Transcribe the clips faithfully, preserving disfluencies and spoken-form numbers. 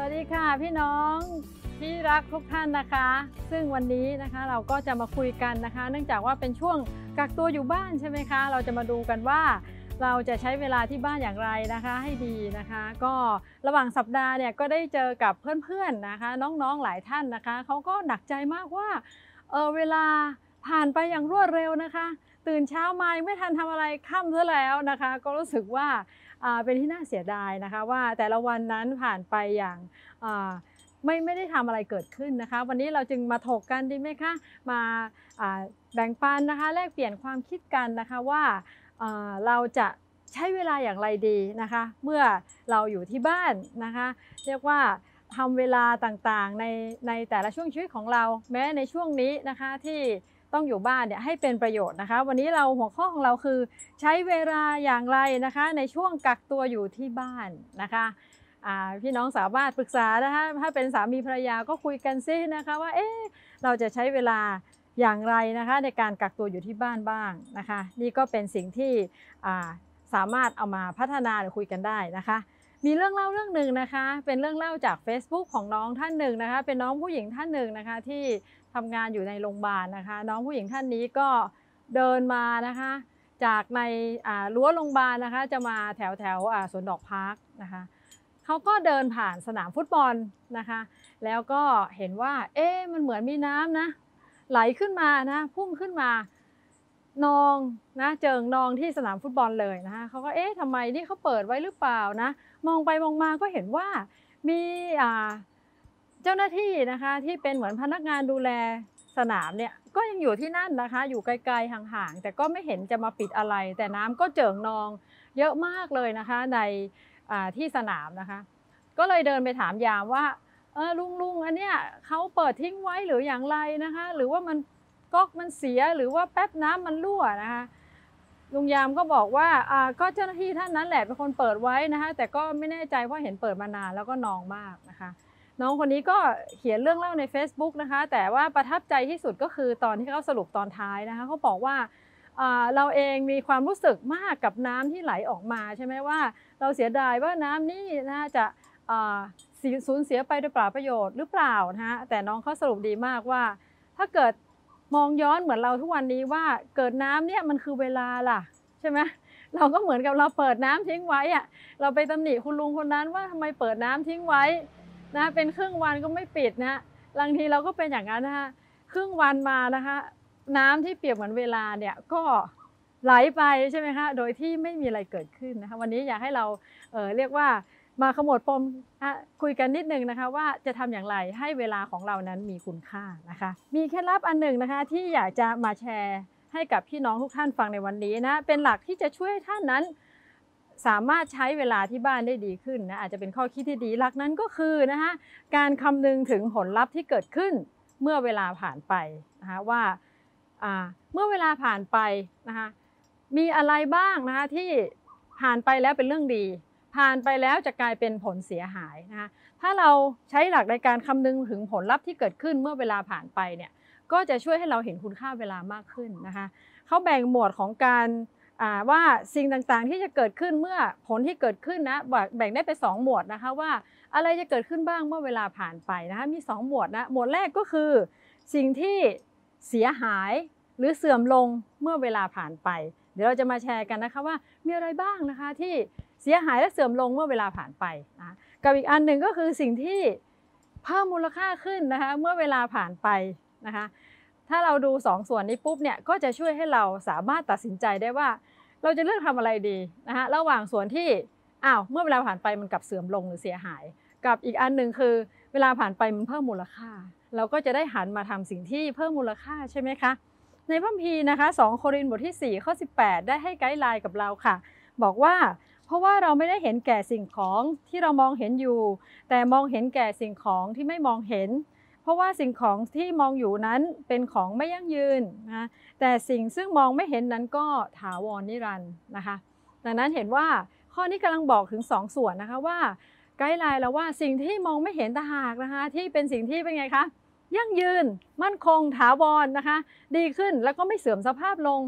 สดีค่ะพี่น้องที่รักทุกท่านนะคะซึ่งวันนี้นะคะเราก็จะมาคุยกันนะคะเนื่องจากว่าเป็นช่วงกักตัวอยู่บ้านใช่ไหมคะเราจะมาดูกันว่าเราจะใช้เวลาที่บ้านอย่างไรนะคะให้ดีนะคะก็ระหว่างสัปดาห์เนี่ยก็ได้เจอกับเพื่อนๆนะคะน้องๆหลายท่านนะคะเขาก็หนักใจมากว่าเออเวลาผ่านไปอย่างรวดเร็วนะคะตื่นเช้ามาไม่ทันทำอะไรค่ำซะแล้วนะคะก็รู้สึกว่าเป็นที่น่าเสียดายนะคะว่าแต่ละวันนั้นผ่านไปอย่างไม่ไม่ได้ทำอะไรเกิดขึ้นนะคะวันนี้เราจึงมาถกกันดีไหมคะมาแบ่งปันนะคะแลกเปลี่ยนความคิดกันนะคะว่าเราจะใช้เวลาอย่างไรดีนะคะเมื่อเราอยู่ที่บ้านนะคะเรียกว่าทำเวลาต่างๆในในแต่ละช่วงชีวิตของเราแม้ในช่วงนี้นะคะที่ต้องอยู่บ้านเนี่ยให้เป็นประโยชน์นะคะวันนี้เราหัวข้อของเราคือใช้เวลาอย่างไรนะคะในช่วงกักตัวอยู่ที่บ้านนะคะพี่น้องสามารถปรึกษานะคะถ้าเป็นสามีภรรยาก็คุยกันซินะคะว่าเอ๊ะเราจะใช้เวลาอย่างไรนะคะในการกักตัวอยู่ที่บ้านบ้างนะคะนี่ก็เป็นสิ่งที่สามารถเอามาพัฒนาหรือคุยกันได้นะคะมีเรื่องเล่าเรื่องหนึ่งนะคะเป็นเรื่องเล่าจาก Facebook ของน้องท่านหนึ่งนะคะเป็นน้องผู้หญิงท่านหนึ่งนะคะที่ทำงานอยู่ในโรงพยาบาลนะคะน้องผู้หญิงท่านนี้ก็เดินมานะคะจากในรั้วโรงพยาบาลนะคะจะมาแถวแถวสวนดอกพาร์คนะคะเขาก็เดินผ่านสนามฟุตบอลนะคะแล้วก็เห็นว่าเอ๊ะมันเหมือนมีน้ำนะไหลขึ้นมานะพุ่งขึ้นมานองนะเจิ่งนองที่สนามฟุตบอลเลยนะคะเขาก็เอ๊ะทำไมนี่เขาเปิดไว้หรือเปล่านะมองไปมองมาก็เห็นว่ามีเจ้าหน้าที่นะคะที่เป็นเหมือนพนักงานดูแลสนามเนี่ยก็ยังอยู่ที่นั่นนะคะอยู่ไกลๆห่างๆแต่ก็ไม่เห็นจะมาปิดอะไรแต่น้ำก็เจิ่งนองเยอะมากเลยนะคะในที่สนามนะคะก็เลยเดินไปถามยามว่าเออลุงลุงอันเนี้ยเขาเปิดทิ้งไว้หรืออย่างไรนะคะหรือว่ามันก๊อกมันเสียหรือว่าแป๊บน้ำมันรั่วนะคะลุงยามก็บอกว่าอ่าก็เจ้าหน้าที่ท่านนั้นแหละเป็นคนเปิดไว้นะคะแต่ก็ไม่แน่ใจเพราะเห็นเปิดมานานแล้วก็นองมากนะคะน้องคนนี้ก็เขียนเรื่องเล่าใน Facebook นะคะแต่ว่าประทับใจที่สุดก็คือตอนที่เขาสรุปตอนท้ายนะคะเขาบอกว่าเราเองมีความรู้สึกมากกับน้ำที่ไหลออกมาใช่ไหมว่าเราเสียดายว่าน้ำนี่น่าจะสูญเสียไปโดยเปล่าประโยชน์หรือเปล่านะฮะแต่น้องเขาสรุปดีมากว่าถ้าเกิดมองย้อนเหมือนเราทุกวันนี้ว่าเกิดน้ำเนี่ยมันคือเวลาล่ะใช่ไหมเราก็เหมือนกับเราเปิดน้ำทิ้งไว้อะเราไปตำหนิคุณลุงคนนั้นว่าทำไมเปิดน้ำทิ้งไว้นะเป็นครึ่งวันก็ไม่ปิดนะบางทีเราก็เป็นอย่างนั้นนะคะครึ่งวันมานะคะน้ำที่เปรียบเหมือนเวลาเนี่ยก็ไหลไปใช่ไหมคะโดยที่ไม่มีอะไรเกิดขึ้นนะคะวันนี้อยากให้เราเอ่อเรียกว่ามาขมวดปมคุยกันนิดนึงนะคะว่าจะทำอย่างไรให้เวลาของเรานั้นมีคุณค่านะคะมีเคล็ดลับอันหนึ่งนะคะที่อยากจะมาแชร์ให้กับพี่น้องทุกท่านฟังในวันนี้นะเป็นหลักที่จะช่วยท่านนั้นสามารถใช้เวลาที่บ้านได้ดีขึ้นนะอาจจะเป็นข้อคิดที่ดีหลักนั้นก็คือนะคะการคำนึงถึงผลลัพธ์ที่เกิดขึ้นเมื่อเวลาผ่านไปนะคะว่าเมื่อเวลาผ่านไปนะคะมีอะไรบ้างนะคะที่ผ่านไปแล้วเป็นเรื่องดีผ่านไปแล้วจะกลายเป็นผลเสียหายนะคะถ้าเราใช้หลักในการคำนึงถึงผลลัพธ์ที่เกิดขึ้นเมื่อเวลาผ่านไปเนี่ยก็จะช่วยให้เราเห็นคุณค่าเวลามากขึ้นนะคะเขาแบ่งหมวดของการว่าสิ่งต่างๆที่จะเกิดขึ้นเมื่อผลที่เกิดขึ้นนะแบ่งได้เป็นสองหมวดนะคะว่าอะไรจะเกิดขึ้นบ้างเมื่อเวลาผ่านไปนะคะมีสองหมวดนะหมวดแรกก็คือสิ่งที่เสียหายหรือเสื่อมลงเมื่อเวลาผ่านไปเดี๋ยวเราจะมาแชร์กันนะคะว่ามีอะไรบ้างนะคะที่เสียหายและเสื่อมลงเมื่อเวลาผ่านไปนะกับอีกอันหนึ่งก็คือสิ่งที่เพิ่มมูลค่าขึ้นนะคะเมื่อเวลาผ่านไปนะคะถ้าเราดูสองส่วนนี้ปุ๊บเนี่ยก็จะช่วยให้เราสามารถตัดสินใจได้ว่าเราจะเลือกทำอะไรดีนะคะระหว่างส่วนที่อ้าวเมื่อเวลาผ่านไปมันกลับเสื่อมลงหรือเสียหายกับอีกอันหนึ่งคือเวลาผ่านไปมันเพิ่มมูลค่าเราก็จะได้หันมาทำสิ่งที่เพิ่มมูลค่าใช่ไหมคะในพระคัมภีร์นะคะสองโครินธ์บทที่สี่ข้อสิบแปดได้ให้ไกด์ไลน์กับเราค่ะบอกว่าเพราะว่าเราไม่ได้เห็นแก่สิ่งของที่เรามองเห็นอยู่แต่มองเห็นแก่สิ่งของที่ไม่มองเห็นเพราะว่าสิ่งของที่มองอยู่นั้นเป็นของไม่ยั่งยืนนะแต่สิ่งซึ่งมองไม่เห็นนั้นก็ถาวรนิรันดร์นะคะดังนั้นเห็นว่าข้อนี้กำลังบอกถึงสองส่วนนะคะว่าไกด์ไลน์แล้วว่าสิ่งที่มองไม่เห็นต่างหากนะคะที่เป็นสิ่งที่เป็นไงคะยั่งยืนมั่นคงถาวรนะคะดีขึ้นแล้วก็ไม่เสื่อมสภาพลง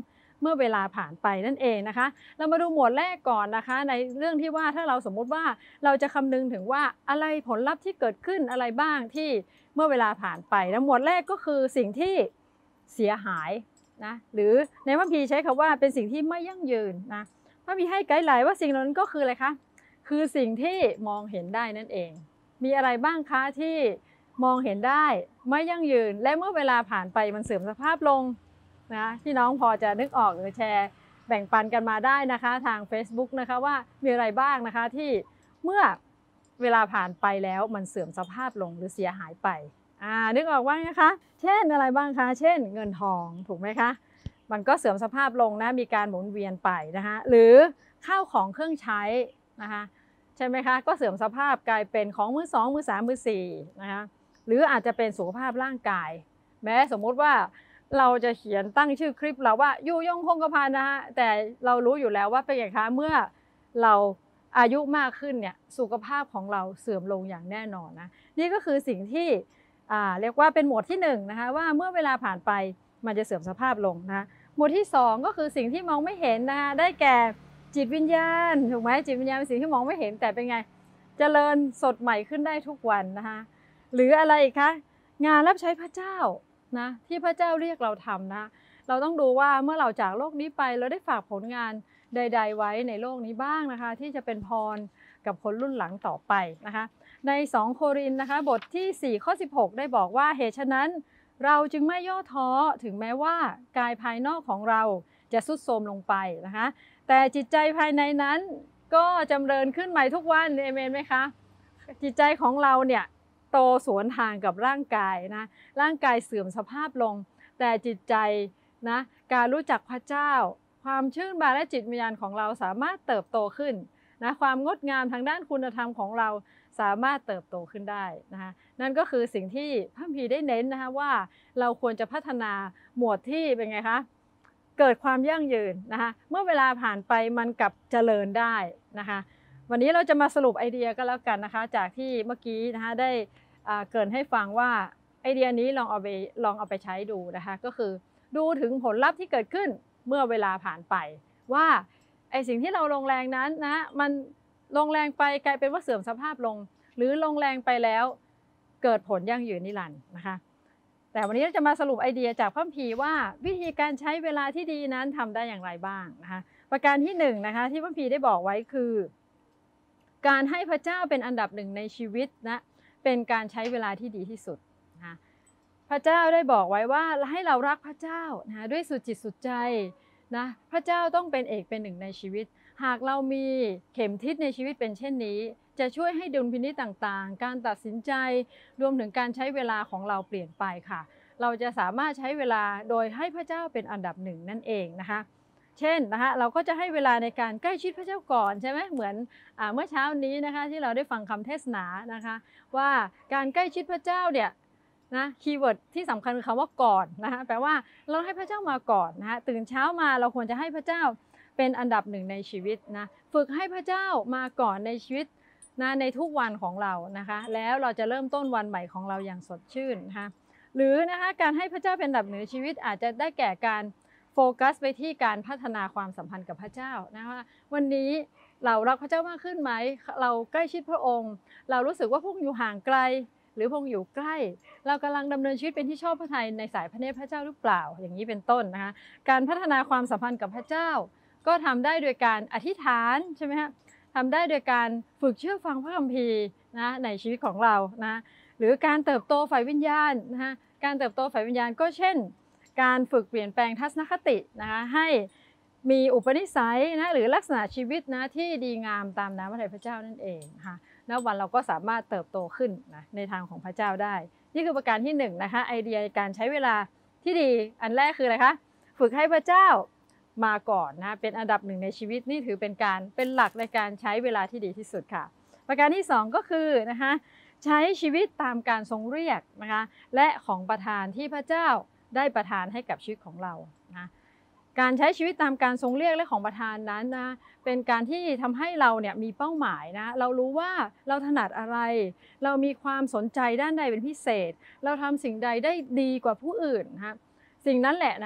เมื่อเวลาผ่านไปนั่นเองนะคะเรามาดูหมวดแรกก่อนนะคะในเรื่องที่ว่าถ้าเราสมมุติว่าเราจะคำนึงถึงว่าอะไรผลลัพธ์ที่เกิดขึ้นอะไรบ้างที่เมื่อเวลาผ่านไปนะหมวดแรกก็คือสิ่งที่เสียหายนะหรือในพระคัมภีร์ใช้คำว่าเป็นสิ่งที่ไม่ยั่งยืนนะพระคัมภีร์ให้ไกด์ไลน์ว่าสิ่งนั้นก็คืออะไรคะคือสิ่งที่มองเห็นได้นั่นเองมีอะไรบ้างคะที่มองเห็นได้ไม่ยั่งยืนและเมื่อเวลาผ่านไปมันเสื่อมสภาพลงนะพี่น้องพอจะนึกออกหรือแชร์แบ่งปันกันมาได้นะคะทาง Facebook นะคะว่ามีอะไรบ้างนะคะที่เมื่อเวลาผ่านไปแล้วมันเสื่อมสภาพลงหรือเสียหายไปอ่านึกออกว่าไงคะเช่นอะไรบ้างคะเช่นเงินทองถูกไหมคะมันก็เสื่อมสภาพลงนะมีการหมุนเวียนไปนะคะหรือข้าวของเครื่องใช้นะคะใช่ไหมคะก็เสื่อมสภาพกลายเป็นของมือสองมือสามมือสี่นะคะหรืออาจจะเป็นสุขภาพร่างกายแม้สมมุติว่าเราจะเขียนตั้งชื่อคลิปเราว่าอยู่ยงคงกระพันนะคะแต่เรารู้อยู่แล้วว่าเป็นอย่างไรเมื่อเราอายุมากขึ้นเนี่ยสุขภาพของเราเสื่อมลงอย่างแน่นอนนะนี่ก็คือสิ่งที่อ่าเรียกว่าเป็นหมวดที่หนึ่งนะคะว่าเมื่อเวลาผ่านไปมันจะเสื่อมสภาพลงนะหมวดที่สองก็คือสิ่งที่มองไม่เห็นนะคะได้แก่จิตวิญญาณถูกไหมจิตวิญญาณเป็นสิ่งที่มองไม่เห็นแต่เป็นไงเจริญสดใหม่ขึ้นได้ทุกวันนะคะหรืออะไรอีกคะงานรับใช้พระเจ้านะที่พระเจ้าเรียกเราทำนะเราต้องดูว่าเมื่อเราจากโลกนี้ไปเราได้ฝากผลงานใดๆไว้ในโลกนี้บ้างนะคะที่จะเป็นพรกับคนรุ่นหลังต่อไปนะคะในสองโครินธ์นะคะบทที่สี่ข้อสิบหกได้บอกว่าเหตุฉะนั้นเราจึงไม่ย่อท้อถึงแม้ว่ากายภายนอกของเราจะทรุดโทรมลงไปนะคะแต่จิตใจภายในนั้นก็จำเริญขึ้นใหม่ทุกวันเอเมนไหมคะจิตใจของเราเนี่ยโตสวนทางกับร่างกายนะร่างกายเสื่อมสภาพลงแต่จิตใจนะการรู้จักพระเจ้าความชื่นบานและจิตวิญญาณของเราสามารถเติบโตขึ้นนะความงดงามทางด้านคุณธรรมของเราสามารถเติบโตขึ้นได้นะคะนั่นก็คือสิ่งที่พระคัมภีร์ได้เน้นนะคะว่าเราควรจะพัฒนาหมวดที่เป็นไงคะเกิดความยั่งยืนนะคะเมื่อเวลาผ่านไปมันกลับเจริญได้นะคะวันนี้เราจะมาสรุปไอเดียก็แล้วกันนะคะจากที่เมื่อกี้นะคะได้เกริ่นให้ฟังว่าไอเดียนี้ลองเอาไปลองเอาไปใช้ดูนะคะก็คือดูถึงผลลัพธ์ที่เกิดขึ้นเมื่อเวลาผ่านไปว่าไอสิ่งที่เราลงแรงนั้นนะมันลงแรงไปกลายเป็นว่าเสื่อมสภาพลงหรือลงแรงไปแล้วเกิดผลยั่งยืนนิรันดร์นะคะแต่วันนี้เราจะมาสรุปไอเดียจากพระคัมภีร์ว่าวิธีการใช้เวลาที่ดีนั้นทำได้อย่างไรบ้างนะคะประการที่หนึ่งนะคะที่พระคัมภีร์ได้บอกไว้คือการให้พระเจ้าเป็นอันดับหนึ่งในชีวิตนะเป็นการใช้เวลาที่ดีที่สุดนะพระเจ้าได้บอกไว้ว่าให้เรารักพระเจ้านะด้วยสุดจิตสุดใจนะพระเจ้าต้องเป็นเอกเป็นหนึ่งในชีวิตหากเรามีเข็มทิศในชีวิตเป็นเช่นนี้จะช่วยให้ดุลพินิจต่างๆการตัดสินใจรวมถึงการใช้เวลาของเราเปลี่ยนไปค่ะเราจะสามารถใช้เวลาโดยให้พระเจ้าเป็นอันดับหนึ่งนั่นเองนะคะเช่นนะคะเราก็จะให้เวลาในการใกล้ชิดพระเจ้าก่อนใช่ไหมเหมือนอ่าเมื่อเช้านี้นะคะที่เราได้ฟังคำเทศนานะคะว่าการใกล้ชิดพระเจ้าเนี่ยนะคีย์เวิร์ดที่สำคัญคือคำว่าก่อนนะคะแปลว่าเราให้พระเจ้ามาก่อนนะคะตื่นเช้ามาเราควรจะให้พระเจ้าเป็นอันดับหนึ่งในชีวิตนะฝึกให้พระเจ้ามาก่อนในชีวิตนะในทุกวันของเรานะคะแล้วเราจะเริ่มต้นวันใหม่ของเราอย่างสดชื่นนะคะหรือนะคะการให้พระเจ้าเป็นอันดับหนึ่งในชีวิตอาจจะได้แก่การโฟกัสไปที่การพัฒนาความสัมพันธ์กับพระเจ้านะคะวันนี้เรารักพระเจ้ามากขึ้นไหมเราใกล้ชิดพระองค์เรารู้สึกว่าพระองค์อยู่ห่างไกลหรือพระองค์อยู่ใกล้เรากำลังดำเนินชีวิตเป็นที่ชอบพระทัยในสายพระเนตรพระเจ้าหรือเปล่าอย่างนี้เป็นต้นนะคะการพัฒนาความสัมพันธ์กับพระเจ้าก็ทำได้โดยการอธิษฐานใช่ไหมฮะทำได้โดยการฝึกเชื่อฟังพระคัมภีร์นะในชีวิตของเรานะหรือการเติบโตฝ่ายวิญญาณนะคะการเติบโตฝ่ายวิญญาณก็เช่นการฝึกเปลี่ยนแปลงทัศนคตินะคะให้มีอุปนิสัยนะหรือลักษณะชีวิตนะที่ดีงามตามน้ำพระทัยพระเจ้านั่นเองนะคะแล้ววันเราก็สามารถเติบโตขึ้นนะในทางของพระเจ้าได้นี่คือประการที่หนึ่งนะคะไอเดียการใช้เวลาที่ดีอันแรกคืออะไรคะฝึกให้พระเจ้ามาก่อนนะเป็นอันดับหนึ่งในชีวิตนี่ถือเป็นการเป็นหลักในการใช้เวลาที่ดีที่สุดค่ะประการที่สองก็คือนะคะใช้ชีวิตตามการทรงเรียกนะคะและของประทานที่พระเจ้าได้ประทานให้กับชีวิตของเรานะการใช้ชีวิตตามการทรงเรียกและของประทานนั้นนะเป็นการที่ทำให้เราเนี่ยมีเป้าหมายนะเรารู้ว่าเราถนัดอะไรเรามีความสนใจด้านใดเป็นพิเศษเราทำสิ่งใดได้ดีกว่าผู้อื่นนะสิ่งนั้นแหละนะคะ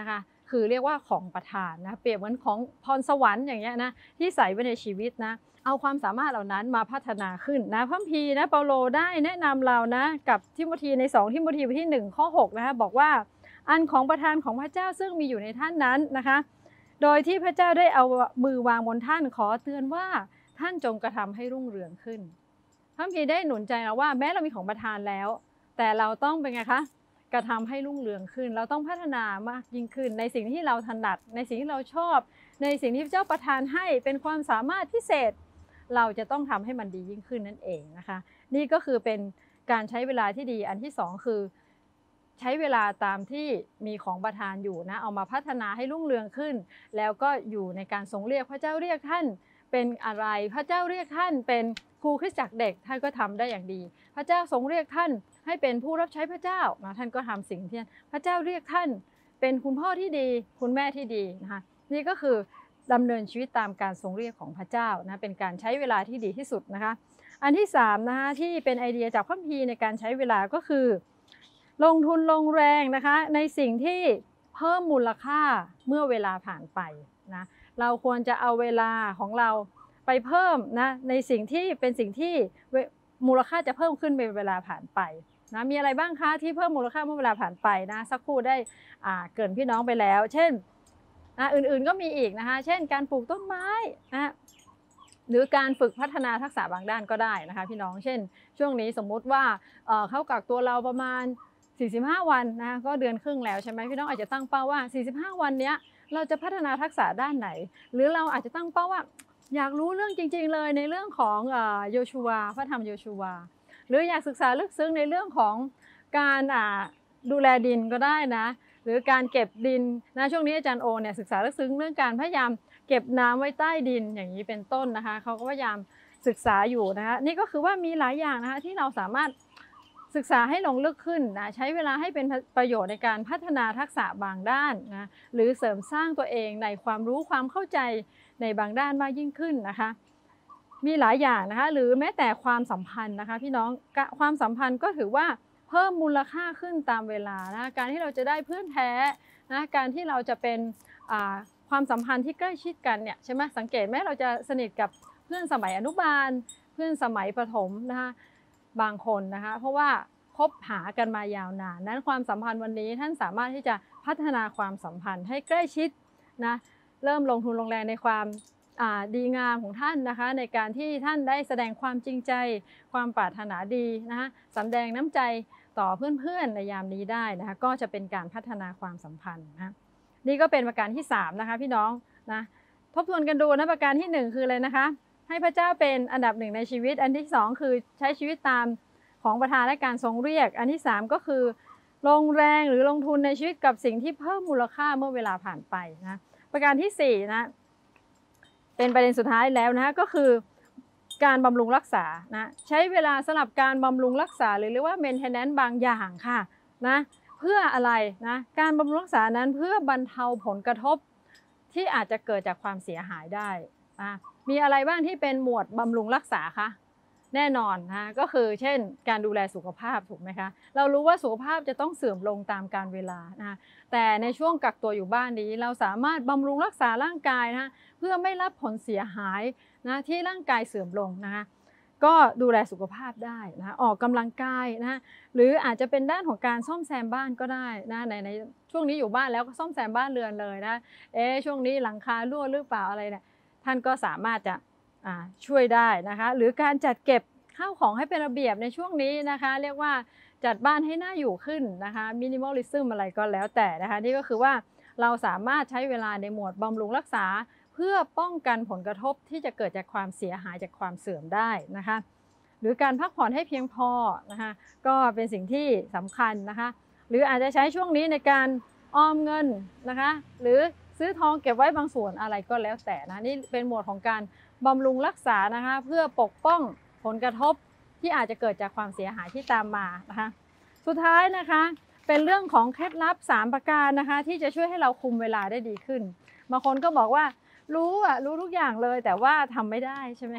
คือเรียกว่าของประทานนะเปรียบเหมือนของพรสวรรค์อย่างเงี้ยนะที่ใส่ไว้ในชีวิตนะเอาความสามารถเหล่านั้นมาพัฒนาขึ้นนะพระคัมภีร์นะเปาโลได้แนะนำเรานะกับทิโมธีในสองทิโมธีบทที่หนึ่งข้อหกนะคะบอกว่าอันของประทานของพระเจ้าซึ่งมีอยู่ในท่านนั้นนะคะโดยที่พระเจ้าได้เอามือวางบนท่านขอเตือนว่าท่านจงกระทำให้รุ่งเรืองขึ้นพระคัมภีร์ได้หนุนใจเราว่าแม้เรามีของประทานแล้วแต่เราต้องเป็นไงคะกระทำให้รุ่งเรืองขึ้นเราต้องพัฒนามากยิ่งขึ้นในสิ่งที่เราถนัดในสิ่งที่เราชอบในสิ่งที่พระเจ้าประทานให้เป็นความสามารถพิเศษเราจะต้องทำให้มันดียิ่งขึ้นนั่นเองนะคะนี่ก็คือเป็นการใช้เวลาที่ดีอันที่สองคือใช้เวลาตามที่มีของประทานอยู่นะเอามาพัฒนาให้รุ่งเรืองขึ้นแล้วก็อยู่ในการทรงเรียกพระเจ้าเรียกท่านเป็นอะไรพระเจ้าเรียกท่านเป็นครูคริสตจักรเด็กท่านก็ทำได้อย่างดีพระเจ้าทรงเรียกท่านให้เป็นผู้รับใช้พระเจ้านะท่านก็ทำสิ่งที่พระเจ้าเรียกท่านเป็นคุณพ่อที่ดีคุณแม่ที่ดีนะคะนี่ก็คือดำเนินชีวิตตามการทรงเรียกของพระเจ้านะเป็นการใช้เวลาที่ดีที่สุดนะคะอันที่สามนะคะที่เป็นไอเดียจากพระคัมภีร์ในการใช้เวลาก็คือลงทุนลงแรงนะคะในสิ่งที่เพิ่มมูลค่าเมื่อเวลาผ่านไปนะเราควรจะเอาเวลาของเราไปเพิ่มนะในสิ่งที่เป็นสิ่งที่มูลค่าจะเพิ่มขึ้นเป็นเวลาผ่านไปนะมีอะไรบ้างคะที่เพิ่มมูลค่าเมื่อเวลาผ่านไปนะสักครู่ได้อ่าเกริ่นพี่น้องไปแล้วเช่นนะอื่นๆก็มีอีกนะคะเช่นการปลูกต้นไม้นะหรือการฝึกพัฒนาทักษะบางด้านก็ได้นะคะพี่น้องเช่นช่วงนี้สมมุติว่าเอ่อเข้ากักตัวเราประมาณสี่สิบห้าวันนะก็เดือนครึ่งแล้วใช่ไหมพี่น้องอาจจะตั้งเป้าว่าสี่สิบห้าวันเนี้ยเราจะพัฒนาทักษะด้านไหนหรือเราอาจจะตั้งเป้าว่าอยากรู้เรื่องจริงๆเลยในเรื่องของโยชูวาพระธรรมโยชูวาหรืออยากศึกษาลึกซึ้งในเรื่องของการดูแลดินก็ได้นะหรือการเก็บดินนะช่วงนี้อาจารย์โอเนี่ยศึกษาลึกซึ้งเรื่องการพยายามเก็บน้ำไว้ใต้ดินอย่างนี้เป็นต้นนะคะเขาก็พยายามศึกษาอยู่นะคะนี่ก็คือว่ามีหลายอย่างนะคะที่เราสามารถศึกษาให้ลงลึกขึ้นนะใช้เวลาให้เป็นประโยชน์ในการพัฒนาทักษะบางด้านนะหรือเสริมสร้างตัวเองในความรู้ความเข้าใจในบางด้านมากยิ่งขึ้นนะคะมีหลายอย่างนะคะหรือแม้แต่ความสัมพันธ์นะคะพี่น้องความสัมพันธ์ก็ถือว่าเพิ่มมูลค่าขึ้นตามเวลานะการที่เราจะได้เพื่อนแท้นะการที่เราจะเป็นความสัมพันธ์ที่ใกล้ชิดกันเนี่ยใช่ไหมสังเกตไหมเราจะสนิทกับเพื่อนสมัยอนุบาลเพื่อนสมัยประถมนะคะบางคนนะคะเพราะว่าคบหากันมายาวนานนั้นความสัมพันธ์วันนี้ท่านสามารถที่จะพัฒนาความสัมพันธ์ให้ใกล้ชิดนะเริ่มลงทุนลงแรงในความดีงามของท่านนะคะในการที่ท่านได้แสดงความจริงใจความปรารถนาดีนะคะสำแดงน้ำใจต่อเพื่อนๆในยามนี้ได้นะคะก็จะเป็นการพัฒนาความสัมพันธ์นะนี่ก็เป็นประการที่สามนะคะพี่น้องนะทบทวนกันดูนะประการที่หนึ่งคืออะไรนะคะให้พระเจ้าเป็นอันดับหนึ่งในชีวิตอันที่สองคือใช้ชีวิตตามของประทานและการทรงเรียกอันที่สามก็คือลงแรงหรือลงทุนในชีวิตกับสิ่งที่เพิ่มมูลค่าเมื่อเวลาผ่านไปนะประการที่สี่นะเป็นประเด็นสุดท้ายแล้วนะก็คือการบำรุงรักษานะใช้เวลาสำหรับการบำรุงรักษาหรือเรียกว่า maintenance บางอย่างค่ะนะเพื่ออะไรนะการบำรุงรักษานั้นเพื่อบรรเทาผลกระทบที่อาจจะเกิดจากความเสียหายได้นะมีอะไรบ้างที่เป็นหมวดบำรุงรักษาคะแน่นอนนะก็คือเช่นการดูแลสุขภาพถูกไหมคะเรารู้ว่าสุขภาพจะต้องเสื่อมลงตามกาลเวลานะแต่ในช่วงกักตัวอยู่บ้านนี้เราสามารถบำรุงรักษาร่างกายนะเพื่อไม่รับผลเสียหายนะที่ร่างกายเสื่อมลงนะคะก็ดูแลสุขภาพได้นะออกกำลังกายนะหรืออาจจะเป็นด้านของการซ่อมแซมบ้านก็ได้นะในในช่วงนี้อยู่บ้านแล้วก็ซ่อมแซมบ้านเรือนเลยนะเอ๊ะช่วงนี้หลังคารั่วหรือเปล่าอะไรเนี่ยท่านก็สามารถจะช่วยได้นะคะหรือการจัดเก็บข้าวของให้เป็นระเบียบในช่วงนี้นะคะเรียกว่าจัดบ้านให้น่าอยู่ขึ้นนะคะมินิมอลลิซึมอะไรก็แล้วแต่นะคะนี่ก็คือว่าเราสามารถใช้เวลาในหมวดบำรุงรักษาเพื่อป้องกันผลกระทบที่จะเกิดจากความเสียหายจากความเสื่อมได้นะคะหรือการพักผ่อนให้เพียงพอนะคะก็เป็นสิ่งที่สำคัญนะคะหรืออาจจะใช้ช่วงนี้ในการออมเงินนะคะหรือซื้อทองเก็บไว้บางส่วนอะไรก็แล้วแต่นะนี่เป็นหมวดของการบำรุงรักษานะคะเพื่อปกป้องผลกระทบที่อาจจะเกิดจากความเสียหายที่ตามมานะคะสุดท้ายนะคะเป็นเรื่องของเคล็ดลับสามประการนะคะที่จะช่วยให้เราคุมเวลาได้ดีขึ้นบางคนก็บอกว่ารู้อ่ะรู้ทุกอย่างเลยแต่ว่าทำไม่ได้ใช่ไหมคะ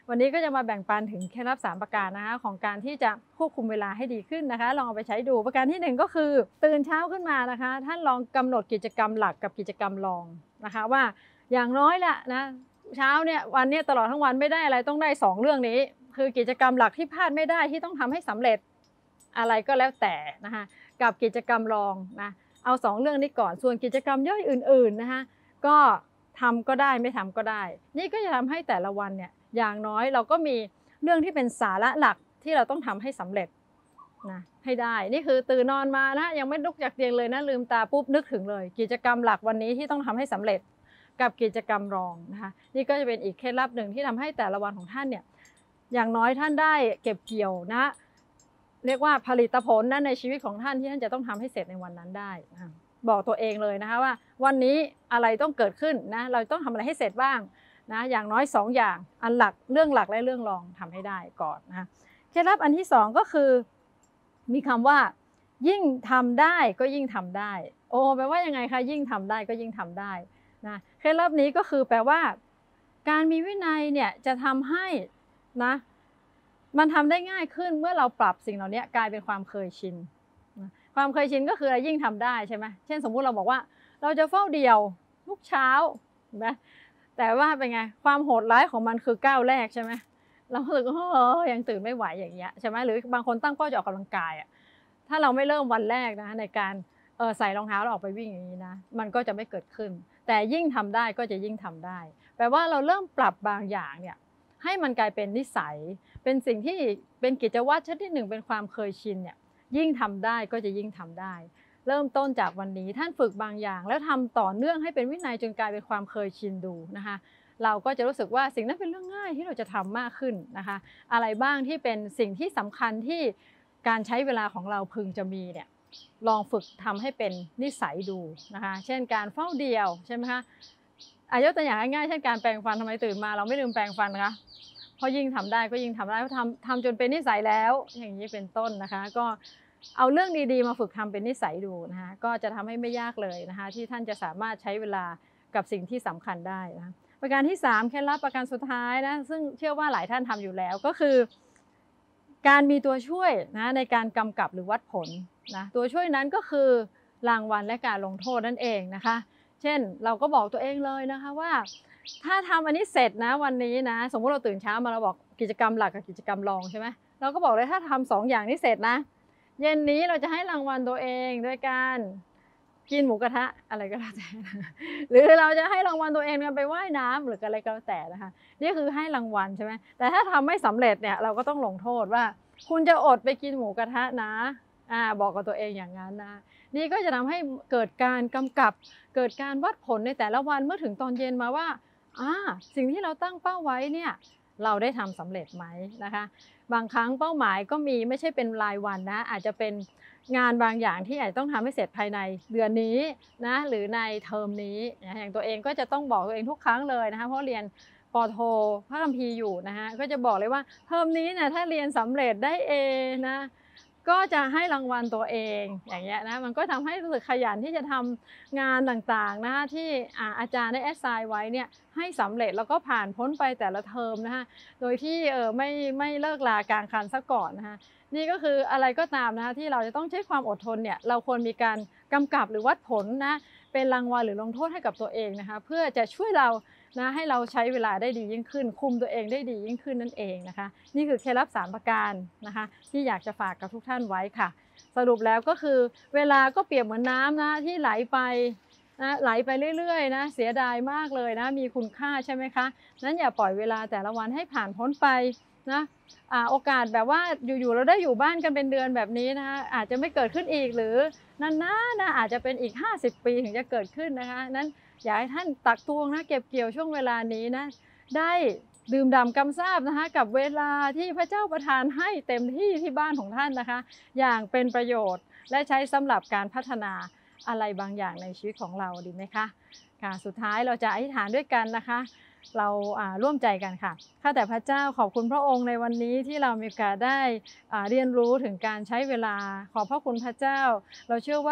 วันนี้ก็จะมาแบ่งปันถึงเคล็ดลับสามประการนะคะของการที่จะควบคุมเวลาให้ดีขึ้นนะคะลองเอาไปใช้ดูประการที่หนึ่งก็คือตื่นเช้าขึ้นมานะคะท่านลองกำหนดกิจกรรมหลักกับกิจกรรมรองนะคะว่าอย่างน้อยละนะเช้าเนี่ยวันนี้ตลอดทั้งวันไม่ได้อะไรต้องได้สองเรื่องนี้คือกิจกรรมหลักที่พลาดไม่ได้ที่ต้องทำให้สำเร็จอะไรก็แล้วแต่นะคะกับกิจกรรมรองนะเอาสองเรื่องนี้ก่อนส่วนกิจกรรมย่อยอื่นๆนะคะก็ทำก็ได้ไม่ทำก็ได้นี่ก็จะทำให้แต่ละวันเนี่ยอย่างน้อยเราก็มีเรื่องที่เป็นสาระหลักที่เราต้องทำให้สำเร็จนะให้ได้นี่คือตื่นนอนมานะยังไม่ลุกจากเตียงเลยนะลืมตาปุ๊บนึกถึงเลยกิจกรรมหลักวันนี้ที่ต้องทำให้สำเร็จกับกิจกรรมรองนะคะนี่ก็จะเป็นอีกเคล็ดลับหนึ่งที่ทำให้แต่ละวันของท่านเนี่ยอย่างน้อยท่านได้เก็บเกี่ยวนะเรียกว่าผลิตผลนะในชีวิตของท่านที่ท่านจะต้องทำให้เสร็จในวันนั้นได้นะบอกตัวเองเลยนะคะว่าวันนี้อะไรต้องเกิดขึ้นนะเราต้องทำอะไรให้เสร็จบ้างนะอย่างน้อยสองอย่างอันหลักเรื่องหลักและเรื่องรองทำให้ได้ก่อนนะคะเคล็ดลับอันที่สองก็คือมีคำว่ายิ่งทำได้ก็ยิ่งทำได้โอ้แปลว่ายังไงคะยิ่งทำได้ก็ยิ่งทำได้นะเคล็ดลับนี้ก็คือแปลว่าการมีวินัยเนี่ยจะทำให้นะมันทำได้ง่ายขึ้นเมื่อเราปรับสิ่งเหล่านี้กลายเป็นความเคยชินความเคยชินก็คือยิ่งทำได้ใช่ไหมเช่นสมมุติเราบอกว่าเราจะเฝ้าเดี่ยวทุกเช้าเห็นไหมแต่ว่าเป็นไงความโหดร้ายของมันคือก้าวแรกใช่ไหมเรารู้สึกว่าเออยังตื่นไม่ไหวอย่างเงี้ยใช่ไหมหรือบางคนตั้งเป้าจะออกกำลังกายอ่ะถ้าเราไม่เริ่มวันแรกนะในการเออใส่รองเท้าแล้วออกไปวิ่งอย่างนี้นะมันก็จะไม่เกิดขึ้นแต่ยิ่งทำได้ก็จะยิ่งทำได้แปลว่าเราเริ่มปรับบางอย่างเนี่ยให้มันกลายเป็นนิสัยเป็นสิ่งที่เป็นกิจวัตรชนิดหนึ่งเป็นความเคยชินเนี่ยยิ่งทำได้ก็จะยิ่งทำได้เริ่มต้นจากวันนี้ท่านฝึกบางอย่างแล้วทำต่อเนื่องให้เป็นวินัยจนกลายเป็นความเคยชินดูนะคะเราก็จะรู้สึกว่าสิ่งนั้นเป็นเรื่องง่ายที่เราจะทำมากขึ้นนะคะอะไรบ้างที่เป็นสิ่งที่สำคัญที่การใช้เวลาของเราพึงจะมีเนี่ยลองฝึกทำให้เป็นนิสัยดูนะคะเช่นการเฝ้าเดี่ยวใช่ไหมคะอายกตัวอย่างง่ายๆเช่นการแปรงฟันทำไมตื่นมาเราไม่ลืมแปรงฟันคะเพราะยิ่งทำได้ก็ยิ่งทำได้เพราะทำทำจนเป็นนิสัยแล้วอย่างนี้เป็นต้นนะคะก็เอาเรื่องดีๆมาฝึกทำเป็นนิสัยดูนะคะก็จะทำให้ไม่ยากเลยนะคะที่ท่านจะสามารถใช้เวลากับสิ่งที่สำคัญได้นะประการที่สามเคล็ดลับประการสุดท้ายนะซึ่งเชื่อว่าหลายท่านทำอยู่แล้วก็คือการมีตัวช่วยนะในการกำกับหรือวัดผลนะตัวช่วยนั้นก็คือรางวัลและการลงโทษนั่นเองนะคะเช่นเราก็บอกตัวเองเลยนะคะว่าถ้าทำอันนี้เสร็จนะวันนี้นะสมมติเราตื่นเช้ามาเราบอกกิจกรรมหลักกับกิจกรรมรองใช่ไหมเราก็บอกเลยถ้าทำสองอย่างนี้เสร็จนะเย็นนี้เราจะให้รางวัลตัวเองด้วยการกินหมูกระทะอะไรก็แล้วแต่หรือเราจะให้รางวัลตัวเองกันไปว่ายน้ำหรืออะไรก็แล้วแต่นะคะนี่คือให้รางวัลใช่ไหมแต่ถ้าทำไม่สำเร็จเนี่ยเราก็ต้องลงโทษว่าคุณจะอดไปกินหมูกระทะนะอ่าบอกกับตัวเองอย่างนั้นนะนี่ก็จะทำให้เกิดการกำกับเกิดการวัดผลในแต่ละวันเมื่อถึงตอนเย็นมาว่าอ่าสิ่งที่เราตั้งเป้าไว้เนี่ยเราได้ทำสำเร็จไหมนะคะบางครั้งเป้าหมายก็มีไม่ใช่เป็นรายวันนะอาจจะเป็นงานบางอย่างที่อาจจะต้องทำให้เสร็จภายในเดือนนี้นะหรือในเทอมนี้นะอย่างตัวเองก็จะต้องบอกตัวเองทุกครั้งเลยนะคะเพราะเรียนปโทพระคัมภีร์อยู่นะคะก็จะบอกเลยว่าเทอมนี้เนี่ยถ้าเรียนสำเร็จได้เอนะก็จะให้รางวัลตัวเองอย่างเงี้ยนะมันก็ทำให้รู้สึกขยันที่จะทำงานต่างๆนะคะที่อาจารย์ได้แอสไซน์ไว้เนี่ยให้สำเร็จแล้วก็ผ่านพ้นไปแต่ละเทอมนะคะโดยที่เออไม่ไม่เลิกลากลางคันซะก่อนนะคะนี่ก็คืออะไรก็ตามนะคะที่เราจะต้องใช้ความอดทนเนี่ยเราควรมีการกำกับหรือวัดผลนะเป็นรางวัลหรือลงโทษให้กับตัวเองนะคะเพื่อจะช่วยเรานะให้เราใช้เวลาได้ดียิ่งขึ้นคุมตัวเองได้ดียิ่งขึ้นนั่นเองนะคะนี่คือเคล็ดลับสามประการนะคะที่อยากจะฝากกับทุกท่านไว้ค่ะสรุปแล้วก็คือเวลาก็เปรียบเหมือนน้ำนะที่ไหลไปนะไหลไปเรื่อยๆนะเสียดายมากเลยนะมีคุณค่าใช่ไหมคะนั้นอย่าปล่อยเวลาแต่ละวันให้ผ่านพ้นไปนะอ่าโอกาสแบบว่าอยู่ๆเราได้อยู่บ้านกันเป็นเดือนแบบนี้นะคะอาจจะไม่เกิดขึ้นอีกหรือนานๆนะอาจจะเป็นอีกห้าสิบปีถึงจะเกิดขึ้นนะคะนั้นอยากให้ท่านตักตวงนะเก็บเกี่ยวช่วงเวลานี้นะได้ดื่มด่ำกำซาบนะคะกับเวลาที่พระเจ้าประทานให้เต็มที่ที่บ้านของท่านนะคะอย่างเป็นประโยชน์และใช้สำหรับการพัฒนาอะไรบางอย่างในชีวิตของเราดีไหมคะค่ะสุดท้ายเราจะอธิษฐานด้วยกันนะคะเราร่วมใจกันค่ะข้าแต่พระเจ้าขอบคุณพระองค์ในวันนี้ที่เรามีโอกาสได้เรียนรู้ถึงการใช้เวลาขอบพระคุณพระเจ้าเราเชื่อว่า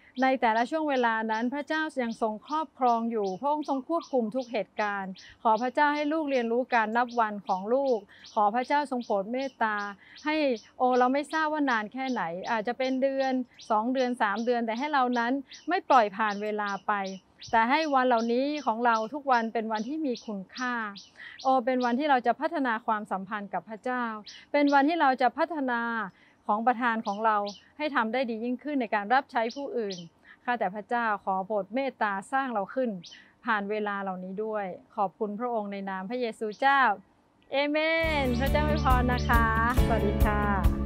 ในแต่ละช่วงเวลานั้นพระเจ้ายังทรงครอบครองอยู่พระองค์ทรงควบคุมทุกเหตุการณ์ขอพระเจ้าให้ลูกเรียนรู้การนับวันของลูกขอพระเจ้าทรงโปรดเมตตาให้โอเราไม่ทราบว่านานแค่ไหนอาจจะเป็นเดือนสองเดือนสามเดือนแต่ให้เรานั้นไม่ปล่อยผ่านเวลาไปแต่ให้วันเหล่านี้ของเราทุกวันเป็นวันที่มีคุณค่าโอเป็นวันที่เราจะพัฒนาความสัมพันธ์กับพระเจ้าเป็นวันที่เราจะพัฒนาของประธานของเราให้ทำได้ดียิ่งขึ้นในการรับใช้ผู้อื่นข้าแต่พระเจ้าขอโปรดเมตตาสร้างเราขึ้นผ่านเวลาเหล่านี้ด้วยขอบคุณพระองค์ในนามพระเยซูเจ้าเอเมนพระเจ้าอวยพรนะคะสวัสดีค่ะ